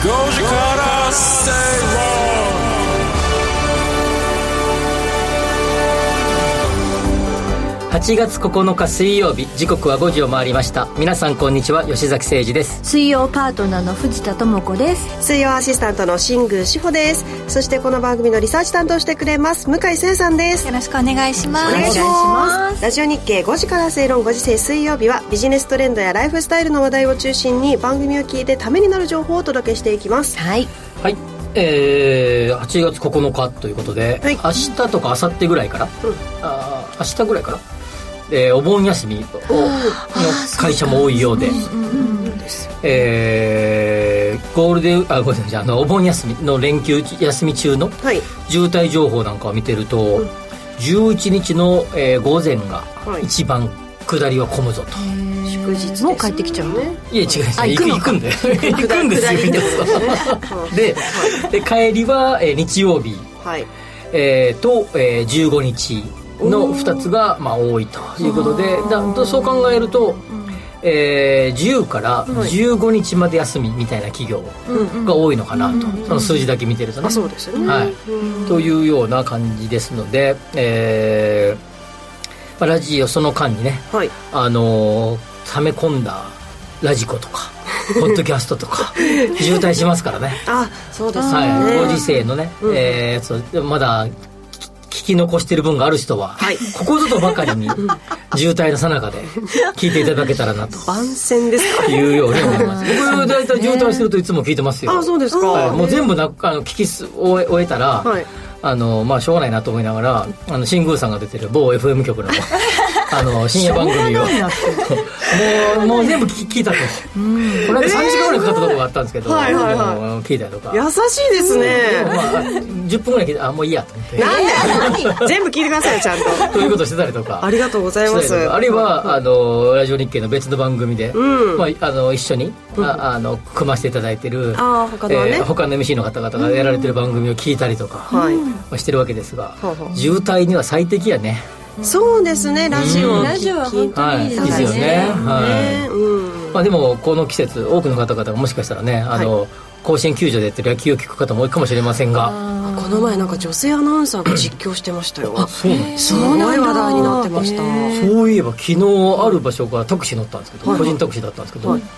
時からStay 8月9日水曜日、時刻は5時を回りました。皆さんこんにちは、吉崎誠二です。 水曜パートナーの藤田智子です。 水曜アシスタントの新宮志保です。そしてこの番組のリサーチ担当してくれます向井聖さんです。 よろしくお願いします。 お願いします。ラジオ日経5時から正論5時制水曜日はビジネストレンドやライフスタイルの話題を中心に番組を聞いてためになる情報をお届けしていきます。 はい、 はい。8月9日ということで、はい、明日とか明後日ぐらいから、明日ぐらいからお盆休みの会社も多いようで、ゴールデンごめんなさい、お盆休みの連休休み中の渋滞情報なんかを見てると、11日の、午前が一番下りは混むぞと。 祝日ですもう帰ってきちゃうね。 いや違う、行くんだよ行くんですよで帰りは、日曜日、はいと、15日の2つが多いということで、そう考えると、10から15日まで休みみたいな企業が多いのかなと、その数字だけ見てるとね。 そうですよね、 はい、というような感じですので、ラジオその間にね、はい、溜め込んだラジコとかポッドキャストとか渋滞しますからね。 あ、そうですね、 はい、ご時世のね、まだ聞き残してる分がある人は、はい、ここぞとばかりに渋滞の最中で聞いていただけたらなと番宣ですかいうように思います。僕大体渋滞してるといつも聞いてますよ。 あ、そうですか、 はい、もう全部聞き終えたら、はい、しょうがないなと思いながら、新宮さんが出てる某 FM 局の深夜番組をもう全部聞いたんですよ。これで3時間ぐらいかかったところがあったんですけど、はいはいはい、聞いたりとか。 優しいですね。 10分ぐらい聞いて、もういいやと思って。 なんで全部聞いてくださいよちゃんと。 ということをしてたりとか。 ありがとうございます。 あるいはラジオ日経の別の番組で、一緒に組ませていただいてる他の MC の方々がやられてる番組を聞いたりとかしてるわけですが、渋滞には最適やね。 そうですね、ラジオは本当にいいですよね。 でもこの季節多くの方々がもしかしたらね、甲子園球場でやってる野球を聞く方も多いかもしれませんが、 この前なんか女性アナウンサーが実況してましたよ。 そうなんです。 すごい話題になってました。 そういえば昨日ある場所からタクシー乗ったんですけど、個人タクシーだったんですけど、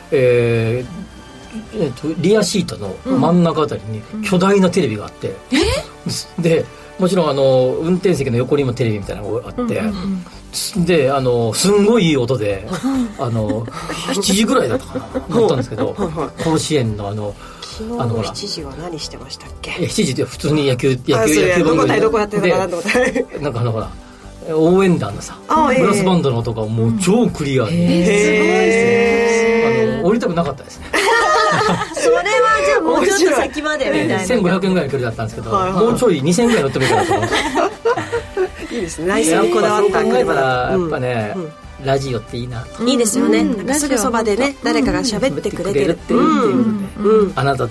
リアシートの真ん中あたりに巨大なテレビがあって、でもちろん運転席の横にもテレビみたいなのがあって、ですんごいいい音で7時ぐらいだったかな乗ったんですけど、甲子園の昨日の7時は何してましたっけ。 7時って普通に野球番組どこやってるのかなと思ってなんかほら応援団のさ、ブラスバンドの音がもう超クリアで、すごいですね。降りたくなかったですね。 それはじゃあもうちょっと先までみたいな。 1500円ぐらいの距離だったんですけど、もうちょい2000円ぐらい乗ってもいいかなと思っていいですね、内装こだわった車だやっぱね、ラジオっていいな。 いいですよね、すぐそばでね誰かが喋ってくれてるっていう、 あなた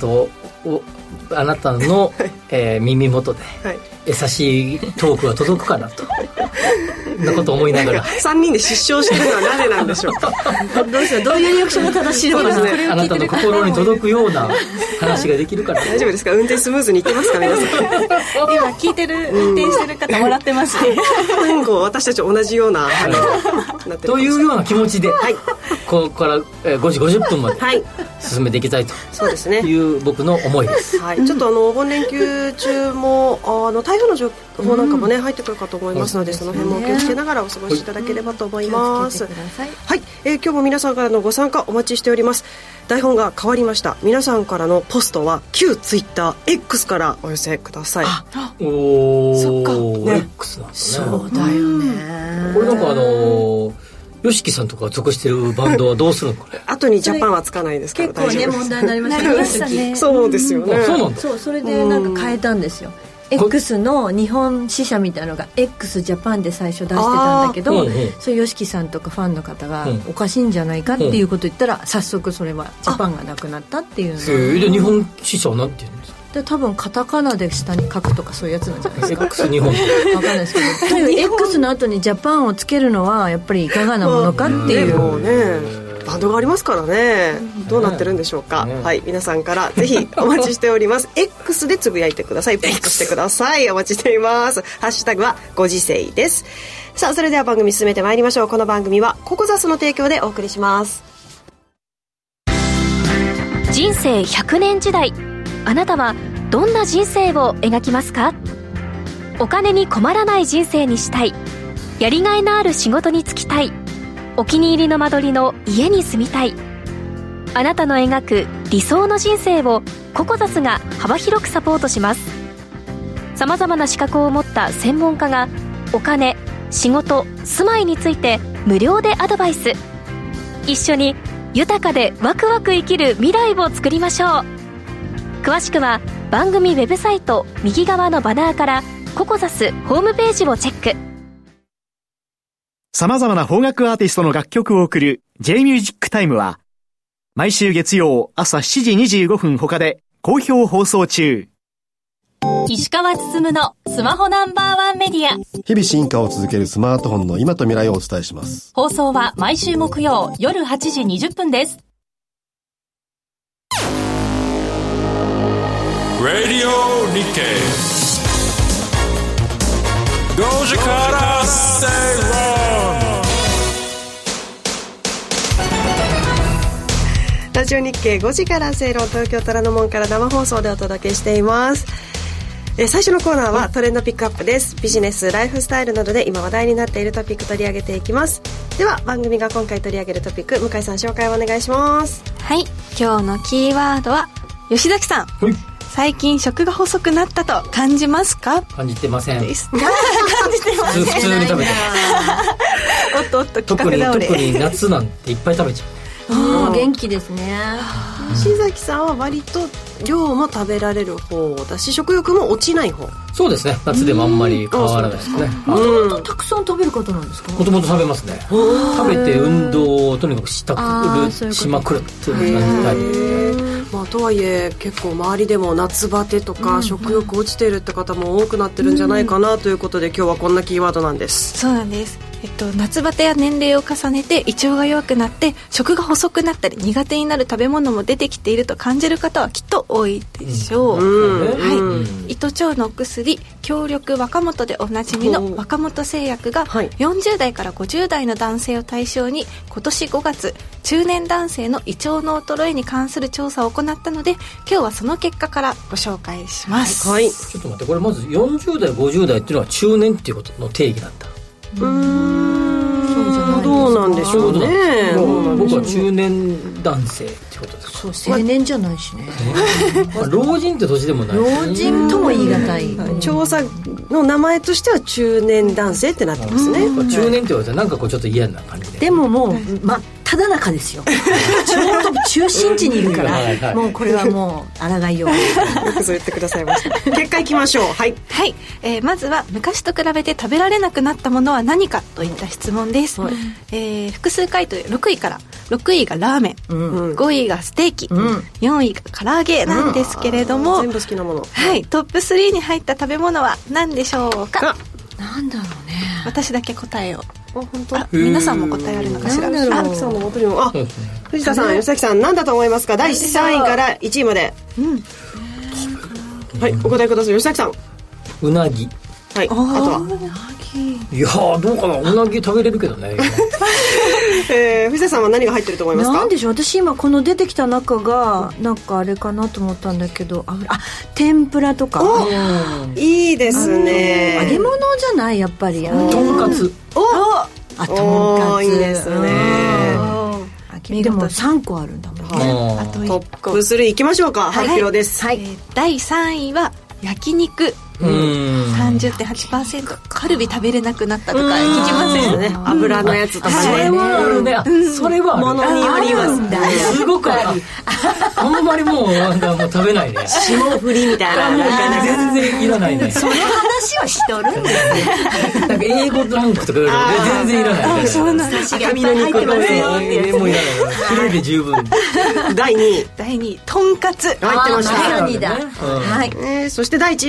の耳元で優しいトークが届くかなとなこと思いながら 3人で失笑してるのはなぜなんでしょうか。 どういうリアクションが正しいのかな。 あなたの心に届くような話ができるから大丈夫ですか。運転スムーズにいってますか皆さん。 今聞いてる運転してる方笑ってますね。 私たち同じようなというような気持ちで、ここから5時50分まで進めていきたいという僕の思いです。 ちょっとお盆連休中も台風の情報なんかもね入ってくるかと思いますので、その辺もお気をつけながらお過ごしいただければと思います。はい、今日も皆さんからのご参加お待ちしております。台本が変わりました。皆さんからのポストは旧ツイッター X からお寄せください。 そっか、X なんですね。 そうだよね。 これなんかYOSHIKIさんとか属してるバンドはどうするのかね。 後にジャパンはつかないですから結構ね問題になりましたね。 そうですよね。 そうなんだ。 それでなんか変えたんですよ。X の日本支社みたいなのが X ジャパンで最初出してたんだけど、そういう YOSHIKI さんとかファンの方がおかしいんじゃないかっていうことを言ったら、早速それはジャパンがなくなったっていうので、日本支社は何て言うんですか。 で多分カタカナで下に書くとかそういうやつなんじゃないですか。 X 日本分かんないですけど、とにかく X の後にジャパンをつけるのはやっぱりいかがなものかっていう、 バンドがありますからね、どうなってるんでしょうか、はい、皆さんからぜひお待ちしておりますX でつぶやいてください、ポストしてください、お待ちしています。ハッシュタグはご時世です。さあそれでは番組進めてまいりましょう。この番組はココザスの提供でお送りします。 人生100年時代、あなたはどんな人生を描きますか？お金に困らない人生にしたい、やりがいのある仕事に就きたい、お気に入りの間取りの家に住みたい。あなたの描く理想の人生をココザスが幅広くサポートします。さまざまな資格を持った専門家がお金、仕事、住まいについて無料でアドバイス。一緒に豊かでワクワク生きる未来を作りましょう。詳しくは番組ウェブサイト右側のバナーからココザスホームページをチェック。 様々な邦楽アーティストの楽曲を送る J-Music Time は毎週月曜朝7時25分他で好評放送中。 石川つつむのスマホナンバーワンメディア。 日々進化を続けるスマートフォンの今と未来をお伝えします。 放送は毎週木曜夜8時20分です。 Radio Nikkei 5時から正論。 ラジオ日経5時から正論、東京虎ノ門から生放送でお届けしています。最初のコーナーはトレンドピックアップです。ビジネス、ライフスタイルなどで今話題になっているトピック取り上げていきます。では番組が今回取り上げるトピック、向井さん紹介をお願いします。 はい、今日のキーワードは吉崎さん、はい、最近食が細くなったと感じますか？ 感じてませんです感じてません。 普通に食べておっとおっと、企画倒れ。 特に夏なんていっぱい食べちゃう。 元気ですね。 石崎さんは割と量も食べられる方だし、食欲も落ちない方。 そうですね、夏でもあんまり変わらないですね。 もともとたくさん食べる方なんですか？ もともと食べますね。食べて運動をとにかくしまくるっていう感じで、 まあ、とはいえ結構周りでも夏バテとか食欲落ちているって方も多くなってるんじゃないかなということで、今日はこんなキーワードなんです。 そうなんです。夏バテや年齢を重ねて胃腸が弱くなって食が細くなったり苦手になる食べ物も出てきていると感じる方はきっと多いでしょう。はい、胃と腸のお薬強力若元でおなじみの若元製薬が40代から50代の男性を対象に今年5月中年男性の胃腸の衰えに関する調査を行ったので、今日はその結果からご紹介します。 はい、ちょっと待って、これまず40代50代っていうのは中年っていうことの定義なんだ。 どうなんでしょうね。 僕は中年男性ってことですか。 そう、青年じゃないしね。 老人って年でもない。 老人とも言い難い。 調査の名前としては中年男性ってなってますね。 中年って言われたらなんかこうちょっと嫌な感じで。 でももうただ中ですよ。ちょうど中心地にいるから、もうこれはもう抗いよう。 よくそう言ってくださいました。結果いきましょう。はい、 はい。まずは昔と比べて食べられなくなったものは何かといった質問です。複数回答で6位から。6位がラーメン、5位がステーキ、4位が唐揚げなんですけれども、 全部好きなもの。 はい、トップ3に入った食べ物は何でしょうか？ なんだろうね。 私だけ答えを。 本当？ 皆さんも答えあるのかしら。 さんの元にも。藤田さん、吉崎さん、何だと思いますか？第3位から1位まで。はい、お答えください。吉崎さん。 うなぎ。 はい。あとは。 いやー、どうかな。うなぎ食べれるけどね。 藤田さんは何が入ってると思いますか？ なんでしょう。私今この出てきた中がなんかあれかなと思ったんだけど、天ぷらとか。 いいですね。 揚げ物じゃない、やっぱり。 とんかつ。 とんかつ。 いいですね。 でも3個あるんだもんね。 トップ3いきましょうか。発表です。 第3位は焼肉。30.8%。カルビ食べれなくなったとか聞きませんね。 油のやつとかね。 それはあるね。それはものによりますすごくある。あんまりもう食べないね。 霜降りみたいな。 全然いらないね。 その話はしとるんですね。 なんか英語ランクとか全然いらないね。 そうなんです。赤身の肉入ってますよってやつ。 もういらない。ヒレで十分。 第2位。 第2位、とんかつ。 入ってました。 第2位だ。 はい。そして第1位が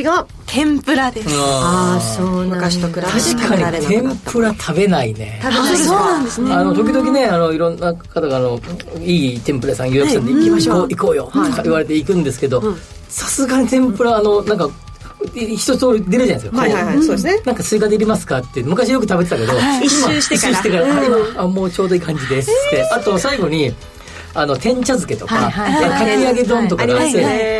天ぷらです。 ああ、そうなんだ。 昔と比べて確かに天ぷら食べないね。 そうなんですね。 時々ね、いろんな方がいい天ぷら屋さん予約したんで行こうよとか言われて行くんですけど、さすがに天ぷらなんか一通り出るじゃないですか。 はいはいはい、そうですね。 なんか追加でいりますかって昔よく食べてたけど、 一周してから今もうちょうどいい感じですって。あと最後に天茶漬けとか、かき揚げ丼とかがあって、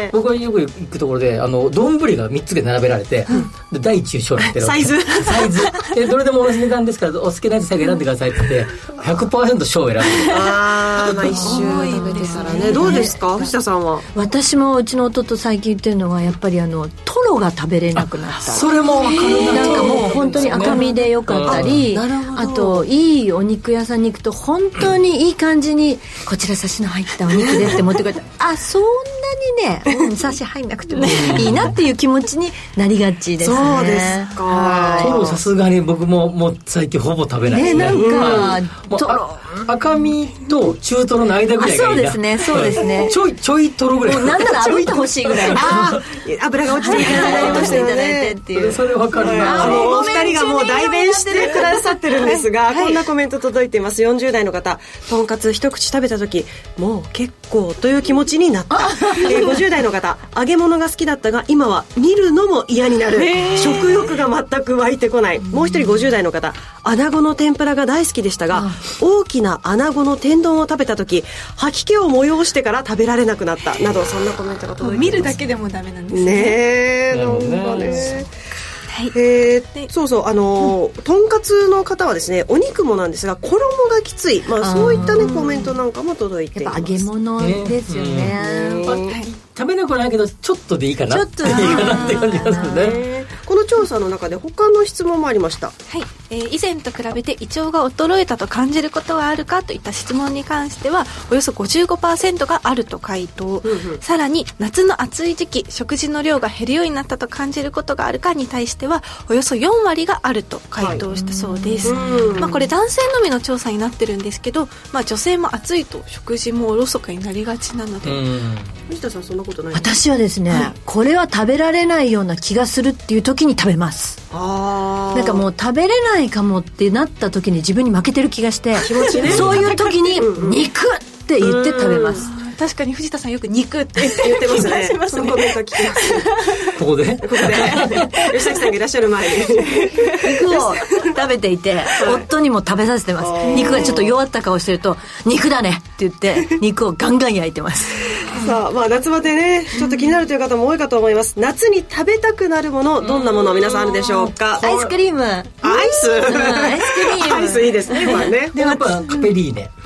僕がよく行くところで丼が3つで並べられて、大中小ってサイズどれでも同じ値段ですからお好きなやつ最後選んでくださいって言って 100% 小を選んでまあ一周食べてたらね。どうですか藤田さんは。 私もうちの弟最近言ってるのはやっぱりトロが食べれなくなった。 それも分かるな。 なんかもう本当に赤身でよかったり、あといいお肉屋さんに行くと本当にいい感じにこちらサシの入ったお肉でって持ってくれてそんなにね、サシ入んなくてもいいなっていう気持ちになりがちですね。 そうですか。 トロさすがに僕ももう最近ほぼ食べないですね。 なんかトロ赤身と中トロの間ぐらいがいいな。 そうですねちょいトロぐらい。 もうなんなら炙ってほしいぐらい油が落ちていただきましたよねっていう。 それ分かるな。 お二人がもう代弁してくださってるんですが、こんなコメント届いています。40代の方、とんかつ一口食べた時もう結構という気持ちになった。50代の方、揚げ物が好きだったが今は見るのも嫌になる。食欲が全く湧いてこない。もう一人50代の方、穴子の天ぷらが大好きでしたが、大きな穴子の天丼を食べた時吐き気を催してから食べられなくなったなど、そんなコメントが届いています。 見るだけでもダメなんですね。なんかね。そうそう、とんかつの方はですね、お肉もなんですが衣がきつい、そういったねコメントなんかも届いています。 やっぱ揚げ物ですよね。 食べなくないけどちょっとでいいかな、って感じますね。 この調査の中で他の質問もありました。 以前と比べて胃腸が衰えたと感じることはあるかといった質問に関してはおよそ 55% があると回答、さらに夏の暑い時期食事の量が減るようになったと感じることがあるかに対してはおよそ4割があると回答したそうです、これ男性のみの調査になってるんですけど、女性も暑いと食事もおろそかになりがちなので。 藤田さんそんなことない？ 私はですね、これは食べられないような気がするっていう時に食べます。なんかもう食べれないかもってなった時に自分に負けてる気がしてそういう時に肉って言って食べます。 確かに藤田さんよく肉って言ってますね。そのコメント聞きます。 ここで吉崎さんがいらっしゃる前に肉を食べていて、夫にも食べさせてます。肉がちょっと弱った顔してると肉だねって言って肉をガンガン焼いてます。 さあ、夏バテね、ちょっと気になるという方も多いかと思います。夏に食べたくなるもの、どんなもの皆さんあるでしょうか？ アイスクリーム。 アイスいいですね。 でやっぱカペリーネ。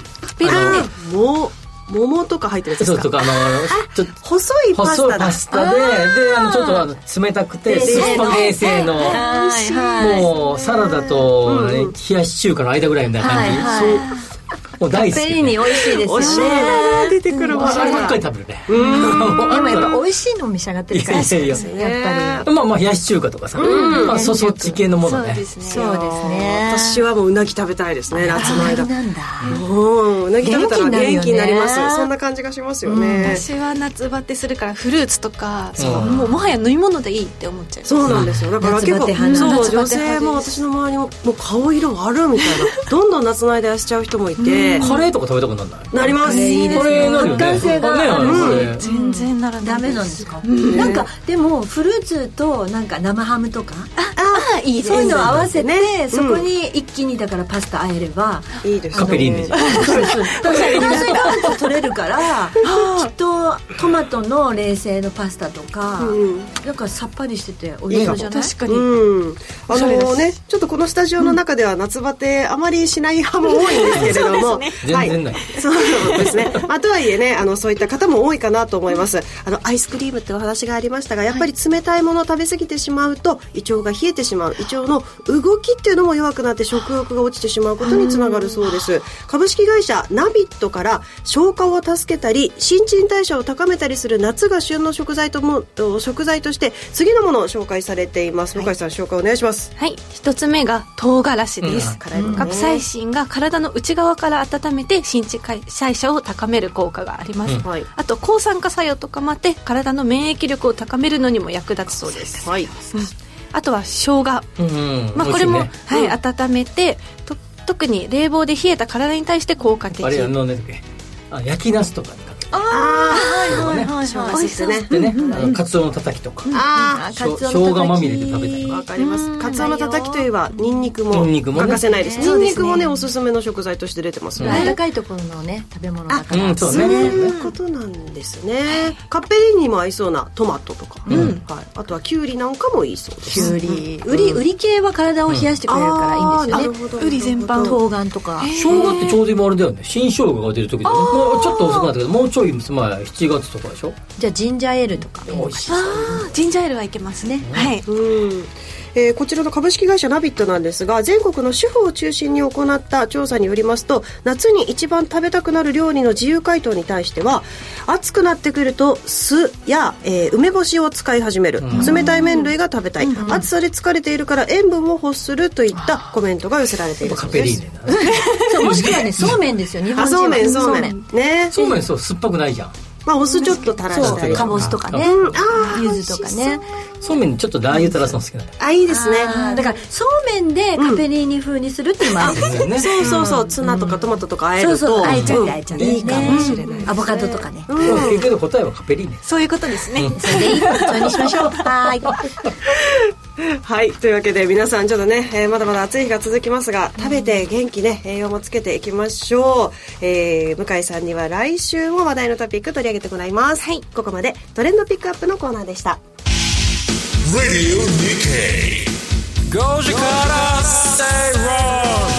桃とか入ってるやつですか？ そうとか細いパスタでちょっと冷たくてスーパー冷製のもうサラダと冷やし中華の間ぐらいみたいな感じ。もう大好き。 カペリーニ美味しいですよね。 出てくるわ。 そればっかり食べるね。 でもやっぱ美味しいのを召し上がってるから。やっぱり冷やし中華とかさ、そっち系のものね。 そうですね。 私はもううなぎ食べたいですね、夏の間。 なんだ。 うなぎ食べたら元気になります。そんな感じがしますよね。 私は夏バテするからフルーツとかもはや飲み物でいいって思っちゃう。 そうなんですよ。だから結構女性も私の周りももう顔色悪みたいな、どんどん夏の間痩せちゃう人もいて。 カレーとか食べたくならない？ なります。 カレーなるよね。 発汗性が全然ならない。 ダメなんですか？なんかでもフルーツとなんか生ハムとかいいそういうのを合わせてそこに一気にだからパスタあえればいいですカペリーネじゃん。 炭水化物取れるからきっとトマトの冷製のパスタとかなんかさっぱりしてて美味しそうじゃない？ 確かに。 ね、ちょっとこのスタジオの中では夏バテあまりしない派も多いんですけれども、 全然ない。 そうですね。とはいえね、そういった方も多いかなと思います。アイスクリームってお話がありましたが、やっぱり冷たいものを食べ過ぎてしまうと胃腸が冷えてしままう胃腸の動きっていうのも弱くなって食欲が落ちてしまうことにつながるそうです。株式会社ナビットから消化を助けたり新陳代謝を高めたりする夏が旬の食材として次のものを紹介されています。向井さん、紹介お願いします。 はい、一つ目が唐辛子です。カプサイシンが体の内側から温めて新陳代謝を高める効果があります。あと抗酸化作用とかもあって体の免疫力を高めるのにも役立つそうです。あとは生姜、これも、温めて特に冷房で冷えた体に対して効果的。 焼きナスとかに生姜ですね。 でね、カツオのたたきとか生姜まみれで食べたり。 わかります。カツオのたたきといえばニンニクも欠かせないです。ニンニクもねおすすめの食材として出てますよね。 高いところのね食べ物だからそういうことなんですね。カッペリーニにも合いそうなトマトとか、あとはキュウリなんかもいいそうです。 キュウリウリ系は体を冷やしてくれるからいいんですよね。 ウリ全般、 冬瓜とか。 生姜ってちょうど今あれだよね、新生姜が出る時で、もうちょっと遅くなったけどもうちょい前7月とかでしょ。 じゃあジンジャーエールとか美味しい。 ジンジャーエールはいけますね。 こちらの株式会社ナビットなんですが、全国の主婦を中心に行った調査によりますと、夏に一番食べたくなる料理の自由回答に対しては、暑くなってくると酢や、梅干しを使い始める、冷たい麺類が食べたい、暑さで疲れているから塩分を欲するといったコメントが寄せられているそうです。 もしくはね、そうめんですよ。日本人はそうめんね。 そうめん酸っぱくないじゃん。 お酢ちょっと垂らしたり、 かぼすとかね、柚子とかね。 そうめんにちょっとラー油垂らすの好きなんだ。 いいですね。 だからそうめんでカペリーニ風にするっていうのもあるんですよね。 そうツナとかトマトとかあえるとあえちゃういいかもしれない。 アボカドとかね。 けど答えはカペリーニ。 そういうことですね。 それでいいそれにしましょう。 はい、というわけで皆さんちょっとね、まだまだ暑い日が続きますが、食べて元気ね、栄養もつけていきましょう。向井さんには来週も話題のトピック取り上げてもらいます。ここまでトレンドピックアップのコーナーでした。 Radio Nikkei 5時から Stay Wrong。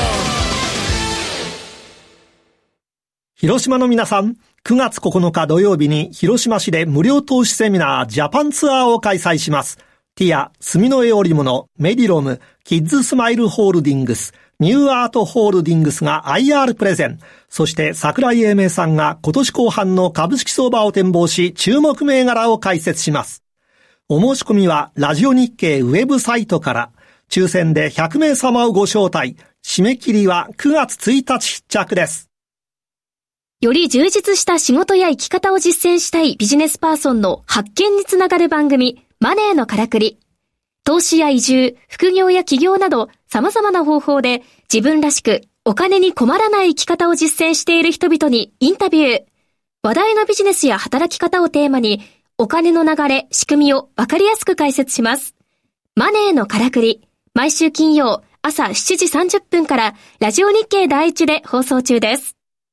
広島の皆さん、9月9日土曜日に広島市で無料投資セミナージャパンツアーを開催します。ティア、住の絵織物、メディロム、キッズスマイルホールディングス、ニューアートホールディングスが IR プレゼン。そして桜井英明さんが今年後半の株式相場を展望し、注目銘柄を解説します。お申し込みはラジオ日経ウェブサイトから。抽選で100名様をご招待。締め切りは9月1日必着です。 より充実した仕事や生き方を実践したいビジネスパーソンの発見につながる番組、マネーのからくり。投資や移住、副業や起業など様々な方法で自分らしくお金に困らない生き方を実践している人々にインタビュー。話題のビジネスや働き方をテーマにお金の流れ、仕組みをわかりやすく解説します。マネーのからくり。毎週金曜朝7時30分からラジオ日経第一で放送中です。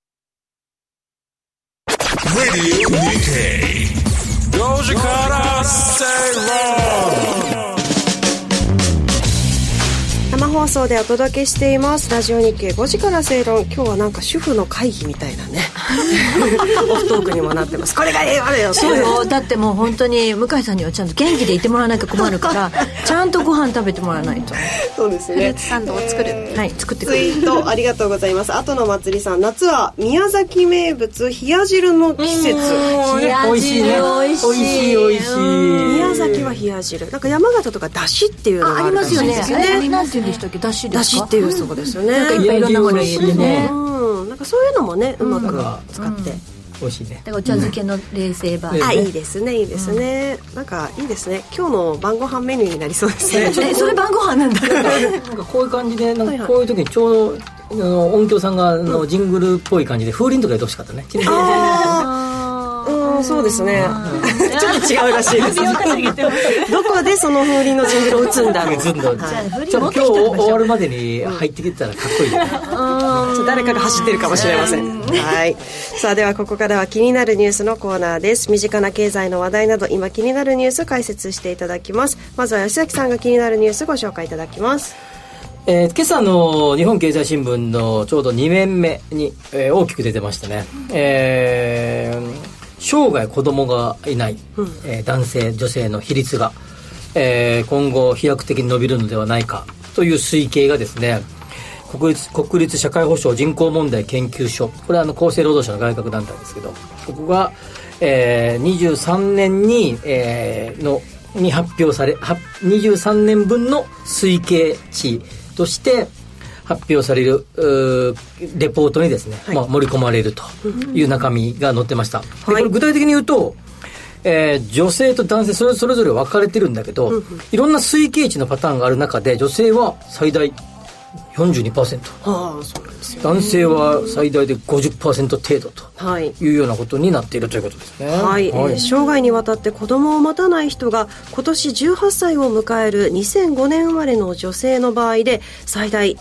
Radio Nikkei 5時から Stay Wrong。 生放送でお届けしていますラジオ日経5時から正論。今日はなんか主婦の会議みたいなねオフトークにもなってます。これがええわれよ。 そうよ。だってもう本当に向井さんにはちゃんと元気でいてもらわなきゃ困るからちゃんとご飯食べてもらわないと。 そうですね。 フルーツサンドを作る。 はい、作ってくれる。 ツイートありがとうございます。後のまつりさん、夏は宮崎名物冷や汁の季節。 冷や汁美味しい。 美味しい。 宮崎は冷や汁。なんか山形とかだしっていうのがあるらしいですよね。 ありますよね。でしたっけ、だしですか。 だしっていうそうですよね。 なんかいっぱいいろんなもの入れてね。 なんかそういうのもね、うまく使って。 美味しいね。 だからお茶漬けの冷製版。 いいですね、いいですね。なんかいいですね。今日の晩ご飯メニューになりそうですね。 それ晩ご飯なんだ。 なんかこういう感じで、なんかこういう時にちょうど音響さんがジングルっぽい感じで風鈴とかやってほしかったね。 そうですね。ちょっと違うらしいです。どこでその風鈴のジングルを打つんだろう。 ちょっと今日終わるまでに入ってきてたらかっこいいね。 誰かが走ってるかもしれません。はい。さあではここからは気になるニュースのコーナーです。身近な経済の話題など今気になるニュース解説していただきます。まずは吉崎さんが気になるニュースご紹介いただきます。 今朝の日本経済新聞のちょうど2面目に、大きく出てましたね。生涯子供がいない、男性女性の比率が今後飛躍的に伸びるのではないかという推計がですね、国立社会保障人口問題研究所、これは厚生労働省の外郭団体ですけど、ここが、23年に、に発表され、23年分の推計値として発表されるレポートにですね、盛り込まれるという中身が載ってました。でこれ具体的に言うと、女性と男性それぞれ分かれてるんだけど、いろんな推計値のパターンがある中で、女性は最大42%、そうなんですよね、男性は最大で 50% 程度というようなことになっているということですね。 生涯にわたって子供を持たない人が今年18歳を迎える2005年生まれの女性の場合で最大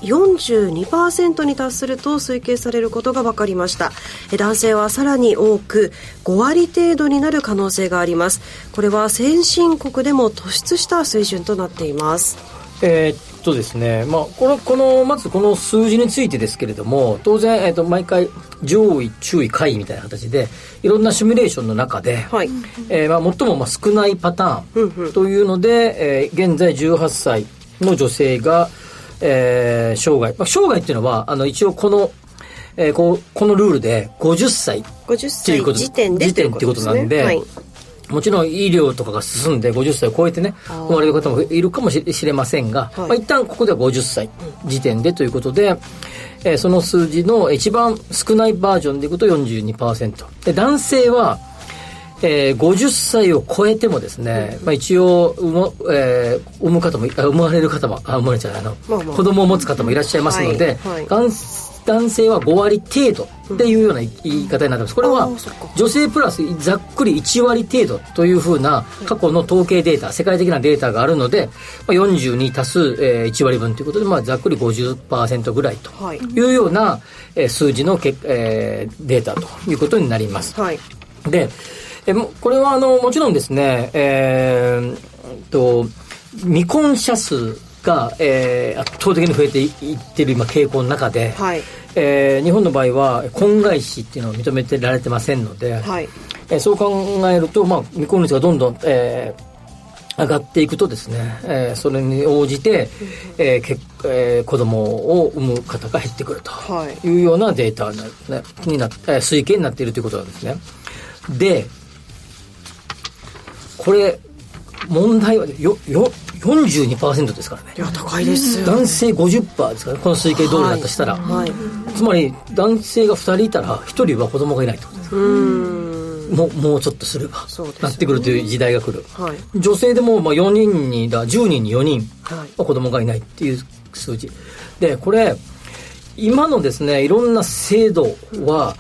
42% に達すると推計されることが分かりました。男性はさらに多く5割程度になる可能性があります。これは先進国でも突出した水準となっています。 ですね、まずこの数字についてですけれども、当然、毎回上位中位下位みたいな形でいろんなシミュレーションの中で、最も少ないパターンというので、現在18歳の女性が、生涯っていうのは一応このルールで50歳時点っていうことなんで、もちろん医療とかが進んで50歳を超えてね生まれる方もいるかもしれませんが、一旦ここでは50歳時点でということで、その数字の一番少ないバージョンでいくと 42% で、男性は、50歳を超えてもですね、一応生まれる方も子供を持つ方もいらっしゃいますので、男性は5割程度っていうような言い方になってます。これは女性プラスざっくり1割程度というふうな過去の統計データ、世界的なデータがあるので、42足す1割分ということで、ざっくり 50% ぐらいというような数字のデータということになります。で、これはもちろんですね、未婚者数が、圧倒的に増えていっている今傾向の中で、日本の場合は婚外子っていうのを認めてられてませんので、そう考えると、未婚率がどんどん、上がっていくとですね、それに応じて、子供を産む方が減ってくるというようなデータ推計になっているということなんですね。で、これ問題は42% ですからね。 いや高いですよ。 男性 50% ですからね、この推計通りだとしたら、つまり男性が2人いたら1人は子供がいないってことですから。もうちょっとすればなってくるという時代が来る。女性でも10人に4人は子供がいないっていう数字で、これ今のですねいろんな制度は、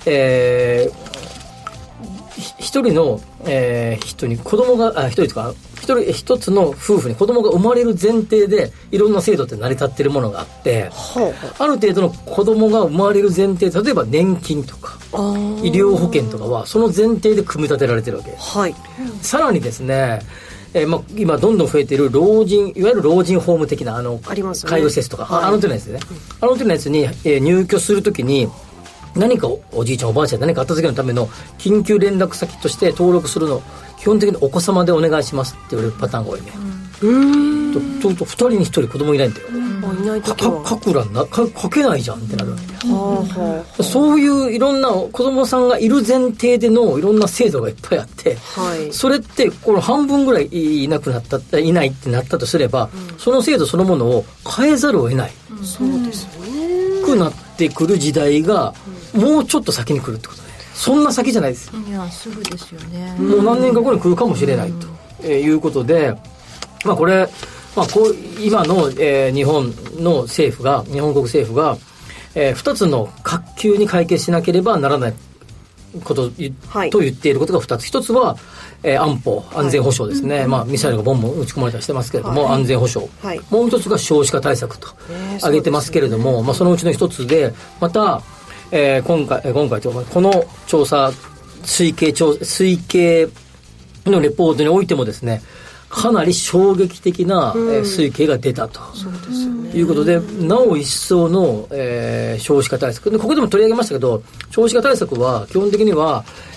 一人の、人に子供が一つの夫婦に子供が生まれる前提でいろんな制度って成り立っているものがあって、ある程度の子供が生まれる前提、例えば年金とか医療保険とかはその前提で組み立てられているわけです。さらにですね、今どんどん増えているいわゆる老人ホーム的な介護施設とか、あの手のやつね、あの手のやつに、入居するときに何かおじいちゃんおばあちゃん何かあった時のための緊急連絡先として登録するの基本的にお子様でお願いしますって言われるパターンが多いね。と2人に1人子供いないんだよ。 いない時は書けないじゃんってなるわけ。そういういろんな子供さんがいる前提でのいろんな制度がいっぱいあって、それってこの半分ぐらいいないってなったとすれば、その制度そのものを変えざるを得ない。 そうですよね。 くなってくる時代がもうちょっと先に来るってことで、そんな先じゃないです。 いやすぐですよね。 もう何年か後に来るかもしれないということで、これ、今の、日本国政府が、2つの隔急に解決しなければならないことと言っていることが2つ。1つは、安全保障ですね。ミサイルがボンボン撃ち込まれたりしてますけれども、安全保障。もう1つが少子化対策と挙げてますけれども、そのうちの1つで、また、今回というかこの調査推計のレポートにおいてもですね、かなり衝撃的な、推計が出たということで、なお一層の、少子化対策で、ここでも取り上げましたけど、少子化対策は基本的には、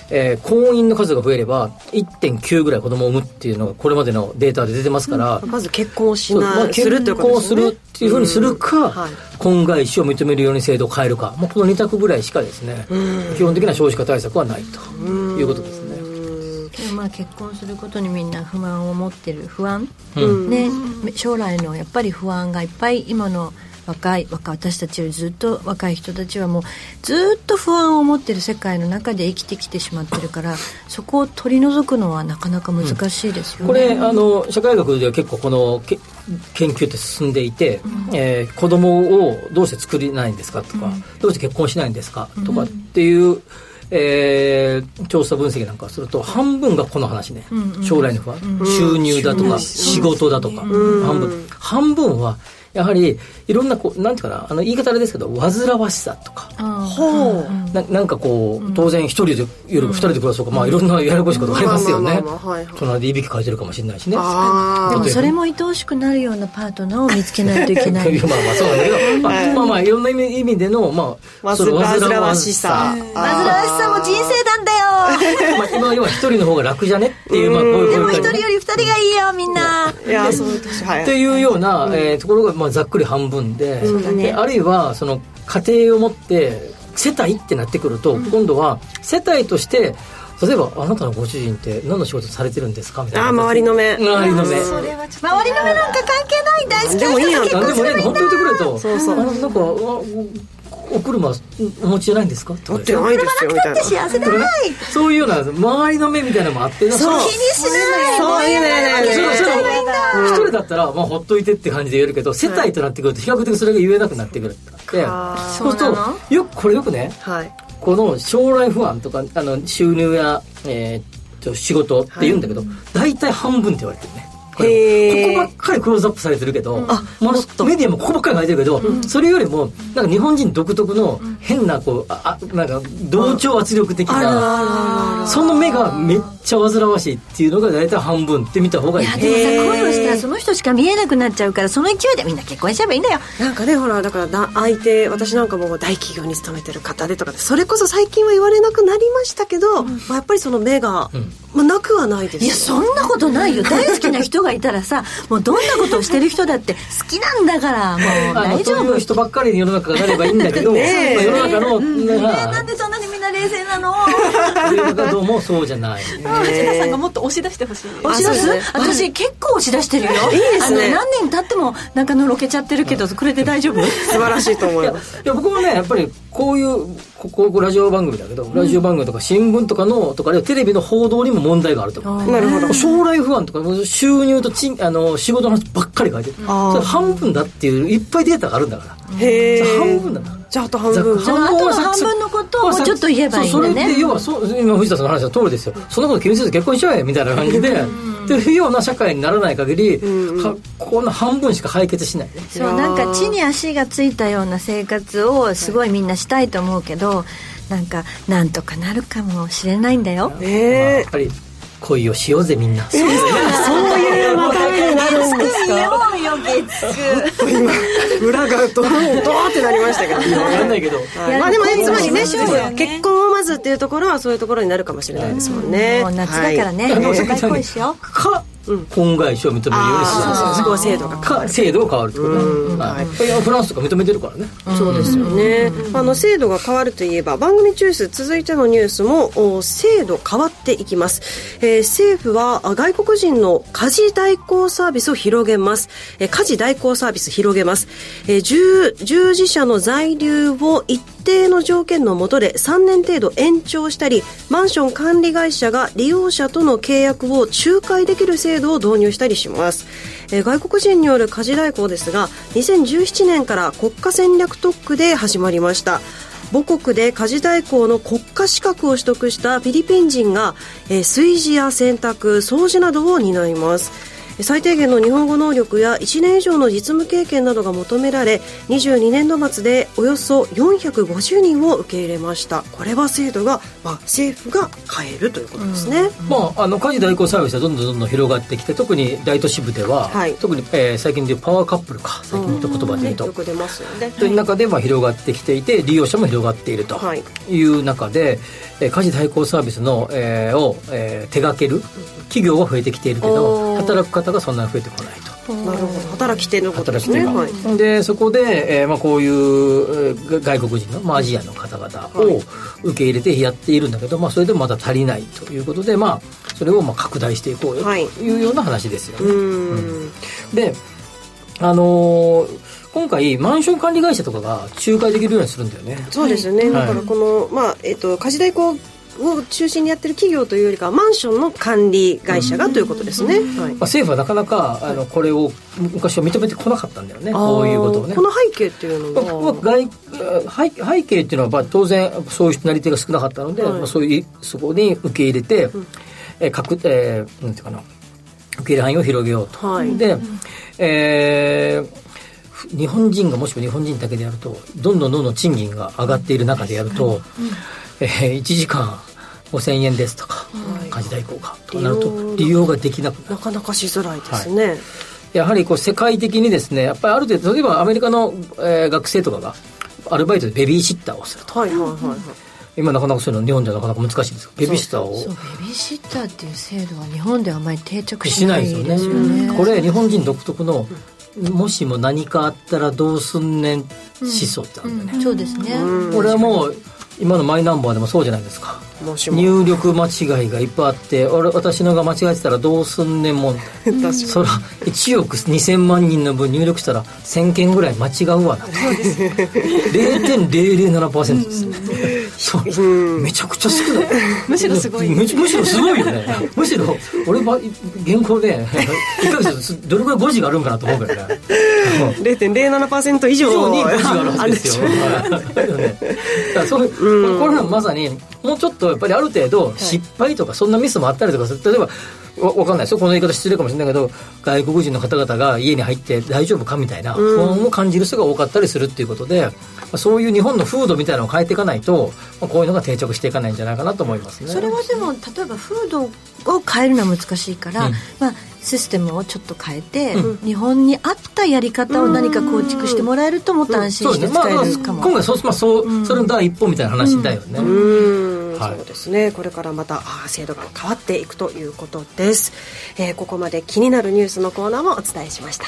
婚姻の数が増えれば 1.9 ぐらい子供を産むっていうのがこれまでのデータで出てますから、 まず結婚をするっていうことですね。結婚をするっていうふうにするか、婚外子を認めるように制度を変えるか、この2択ぐらいしかですね、基本的な少子化対策はないということですね。 結婚することにみんな不安を持ってるね、将来のやっぱり不安がいっぱい、今の私たちよりずっと若い人たちはもうずっと不安を持ってる世界の中で生きてきてしまってるから、そこを取り除くのはなかなか難しいですよね。 これ社会学では結構この研究って進んでいて、子供をどうして作れないんですかとか、どうして結婚しないんですかとかっていう、調査分析なんかすると半分がこの話ね、将来の不安、収入だとか仕事だとか、半分はやはりいろんななんていうかな、言い方あれですけど煩わしさとか、なんか当然一人でより2人で暮らすとか、いろんなややこしいことがありますよね。隣でいびきかいてるかもしれないしね。 でもそれも愛おしくなるようなパートナーを見つけないといけない。 そうなんだけど、いろんな意味での煩わしさも人生なんだよ。 今は一人の方が楽じゃねっていう、 でも一人より二人がいいよみんな。 っていうようなところがざっくり半分で、あるいはその家庭を持って世帯ってなってくると、今度は世帯として例えばあなたのご主人って何の仕事されてるんですかみたいな。 周りの目それは周りの目なんか関係ない大好きな人が結婚するみんな。 本当に言ってくれと、なんかお車お持ちじゃないんですか持ってないですよみたいな。 幸せだない。 そういうような周りの目みたいなのもあって、 気にしない。 そういう一人だったらほっといてって感じで言えるけど、世帯となってくると比較的それが言えなくなってくるって。そうするとこれよくね、この将来不安とか収入や、仕事って言うんだけど、大体半分って言われてるね。ここばっかりクローズアップされてるけど、メディアもここばっかり書いてるけど、それよりもなんか日本人独特の変ななんか同調圧力的な、その目がめっちゃ煩わしいっていうのが大体半分って見た方がいい。 いやでもさ、恋をしたらその人しか見えなくなっちゃうから、その勢いでみんな結婚しちゃえばいいんだよ。 なんかね、ほらだから相手、私なんかも大企業に勤めてる方でとかで、それこそ最近は言われなくなりましたけど、やっぱりその目が、なくはないですよ。 いやそんなことないよ。大好きな人がいたらさ、もうどんなことをしてる人だって好きなんだから、もう大丈夫。 そういう人ばっかりに世の中がなればいいんだけど、世の中のなんでそんなにみんな冷静なの。 世の中どうもそうじゃない。 藤田さんがもっと押し出してほしい。 押し出す？私結構押し出してるよ。いいですね。何年経ってもなんかのろけちゃってるけど、これで大丈夫？ 素晴らしいと思います。 いや僕もね、やっぱりこういうラジオ番組だけど、ラジオ番組とか新聞とかとかテレビの報道にも問題があると。 なるほど。 将来不安とか収入と仕事の話ばっかり書いてる。それ半分だっていういっぱいデータがあるんだから。半分だな。 じゃああと半分。 じゃああと半分のことをもうちょっと言えばいいんだね。 それって要は今藤田さんの話の通りですよ。そんなこと気にせず結婚しちゃえみたいな感じでっていうような社会にならない限り、この半分しか解決しないね。 そうなんか地に足がついたような生活をすごいみんなしたいと思うけど、なんとかなるかもしれないんだよ。 やっぱり恋をしようぜみんな。そういうまたになるんですか。今裏がドーってなりましたけど。 わかんないけど。 まあでもね、つまりね、結婚をまずっていうところはそういうところになるかもしれないですもんね。 もう夏だからね、社会恋しよう。 婚外子を認めるようにする。 そこは制度が変わるってことね。フランスとか認めてるからね。 そうですよね。制度が変わるといえば、番組中枢続いてのニュースも制度変わっていきます。政府は外国人の家事代行サービスを広げます。家事代行サービス広げます。従事者の在留を一定の条件の下で3年程度延長したり、マンション管理会社が利用者との契約を仲介できる制度を導入したりします。外国人による家事代行ですが、2017年から国家戦略特区で始まりました。母国で家事代行の国家資格を取得したフィリピン人が炊事や洗濯、掃除などを担います。 最低限の日本語能力や1年以上の実務経験などが求められ、22年度末でおよそ450人を受け入れました。これは制度が、政府が変えるということですね。 家事代行サービスはどんどん広がってきて、特に大都市部では、特に、最近でいうパワーカップルか、最近の言葉で言うと、 よく出ますよね。 という中で広がってきていて、利用者も広がっているという中で、家事代行サービスの、を、手掛ける企業は増えてきているけど、働く方がそんなに増えてこないと。 なるほど、働き手のことですね。 でそこで、こういう外国人の、アジアの方々を受け入れてやっているんだけど、それでもまだ足りないということで、それを拡大していこうよというような話ですよね。で今回マンション管理会社とかが仲介できるようにするんだよね。 そうですよね、だからこの、家事代行を中心にやってる企業というよりかはマンションの管理会社がということですね。 政府はなかなかこれを昔は認めてこなかったんだよね。こういうことをね。 この背景っていうのは、 背景っていうのは当然そういうなり手が少なかったので、そこに受け入れて、なんていうかな、受け入れ範囲を広げようと。で、日本人がもしも日本人だけでやるとどんどん賃金が上がっている中でやると、1時間5000円ですとか、家事代行がとなると利用ができなくなる。 なかなかしづらいですね。 やはり世界的にですね、やっぱりある程度、例えばアメリカの、学生とかがアルバイトでベビーシッターをすると、今なかなかそういうの日本ではなかなか難しいんですけど、ベビーシッターをベビーシッターっていう制度は日本ではあまり定着しないですよね。これ日本人独特の、もしも何かあったらどうすんねん思想ってあるんだよね。 そうですね。 これはもう今のマイナンバーでもそうじゃないですか。入力間違いがいっぱいあって、私のが間違えてたらどうすんねんもんそら1億2000万人の分入力したら1000件ぐらい間違うわな。0.007% ですね。めちゃくちゃ少ない。 むしろすごい。 むしろすごいよね。むしろ俺は原稿で1ヶ月どれぐらい誤字があるんかなと思うからね。 0.07% 以上に誤字があるはずですよ。これはまさにもうちょっとやっぱりある程度失敗とかそんなミスもあったりとかする。例えば分かんないですよ、この言い方失礼かもしれないけど、外国人の方々が家に入って大丈夫かみたいな不安を感じる人が多かったりするっていうことで、そういう日本の風土みたいなのを変えていかないと、こういうのが定着していかないんじゃないかなと思いますね。 それはでも例えば風土を変えるのは難しいから、システムをちょっと変えて、日本に合ったやり方を何か構築してもらえるともっと安心して使えるかも。 今回それの第一歩みたいな話だよね。 そうですね。これからまた制度が変わっていくということです。ここまで気になるニュースのコーナーもお伝えしました。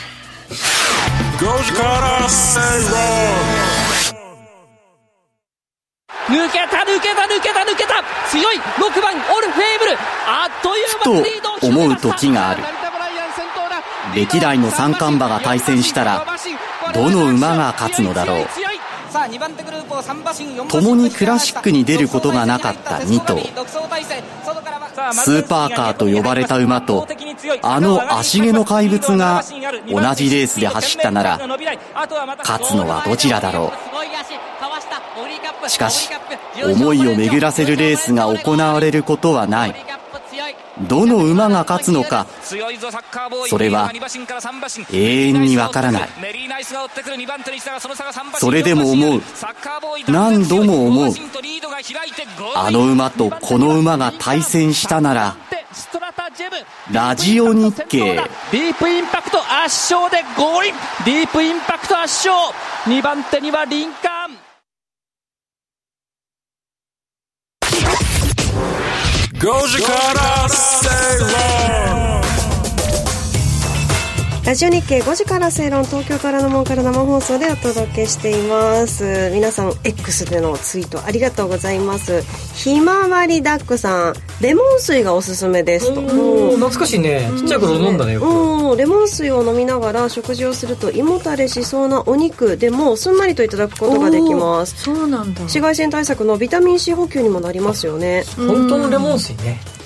抜けた強い6番オルフェーブル、あっという間にリードをふと思う時がある。歴代の三冠馬が対戦したらどの馬が勝つのだろう。共にクラシックに出ることがなかった2頭、スーパーカーと呼ばれた馬とあの足毛の怪物が同じレースで走ったなら勝つのはどちらだろう。しかし思いを巡らせるレースが行われることはない。どの馬が勝つのか、それは永遠にわからない。それでも思う、何度も思う、あの馬とこの馬が対戦したならラジオ日経。 ディープインパクト圧勝でゴールイン。ディープインパクト圧勝。2番手にはリンカーン。 5時から正論。 ラジオ日経5時から正論、東京からの門から生放送でお届けしています。皆さん X でのツイートありがとうございます。ひまわりダックさん、レモン水がおすすめですと。 懐かしいね。ちっちゃい頃飲んだねよく。 レモン水を飲みながら食事をすると胃もたれしそうなお肉でもすんなりといただくことができます。 そうなんだ。 紫外線対策のビタミン C 補給にもなりますよね。 本当のレモン水ね。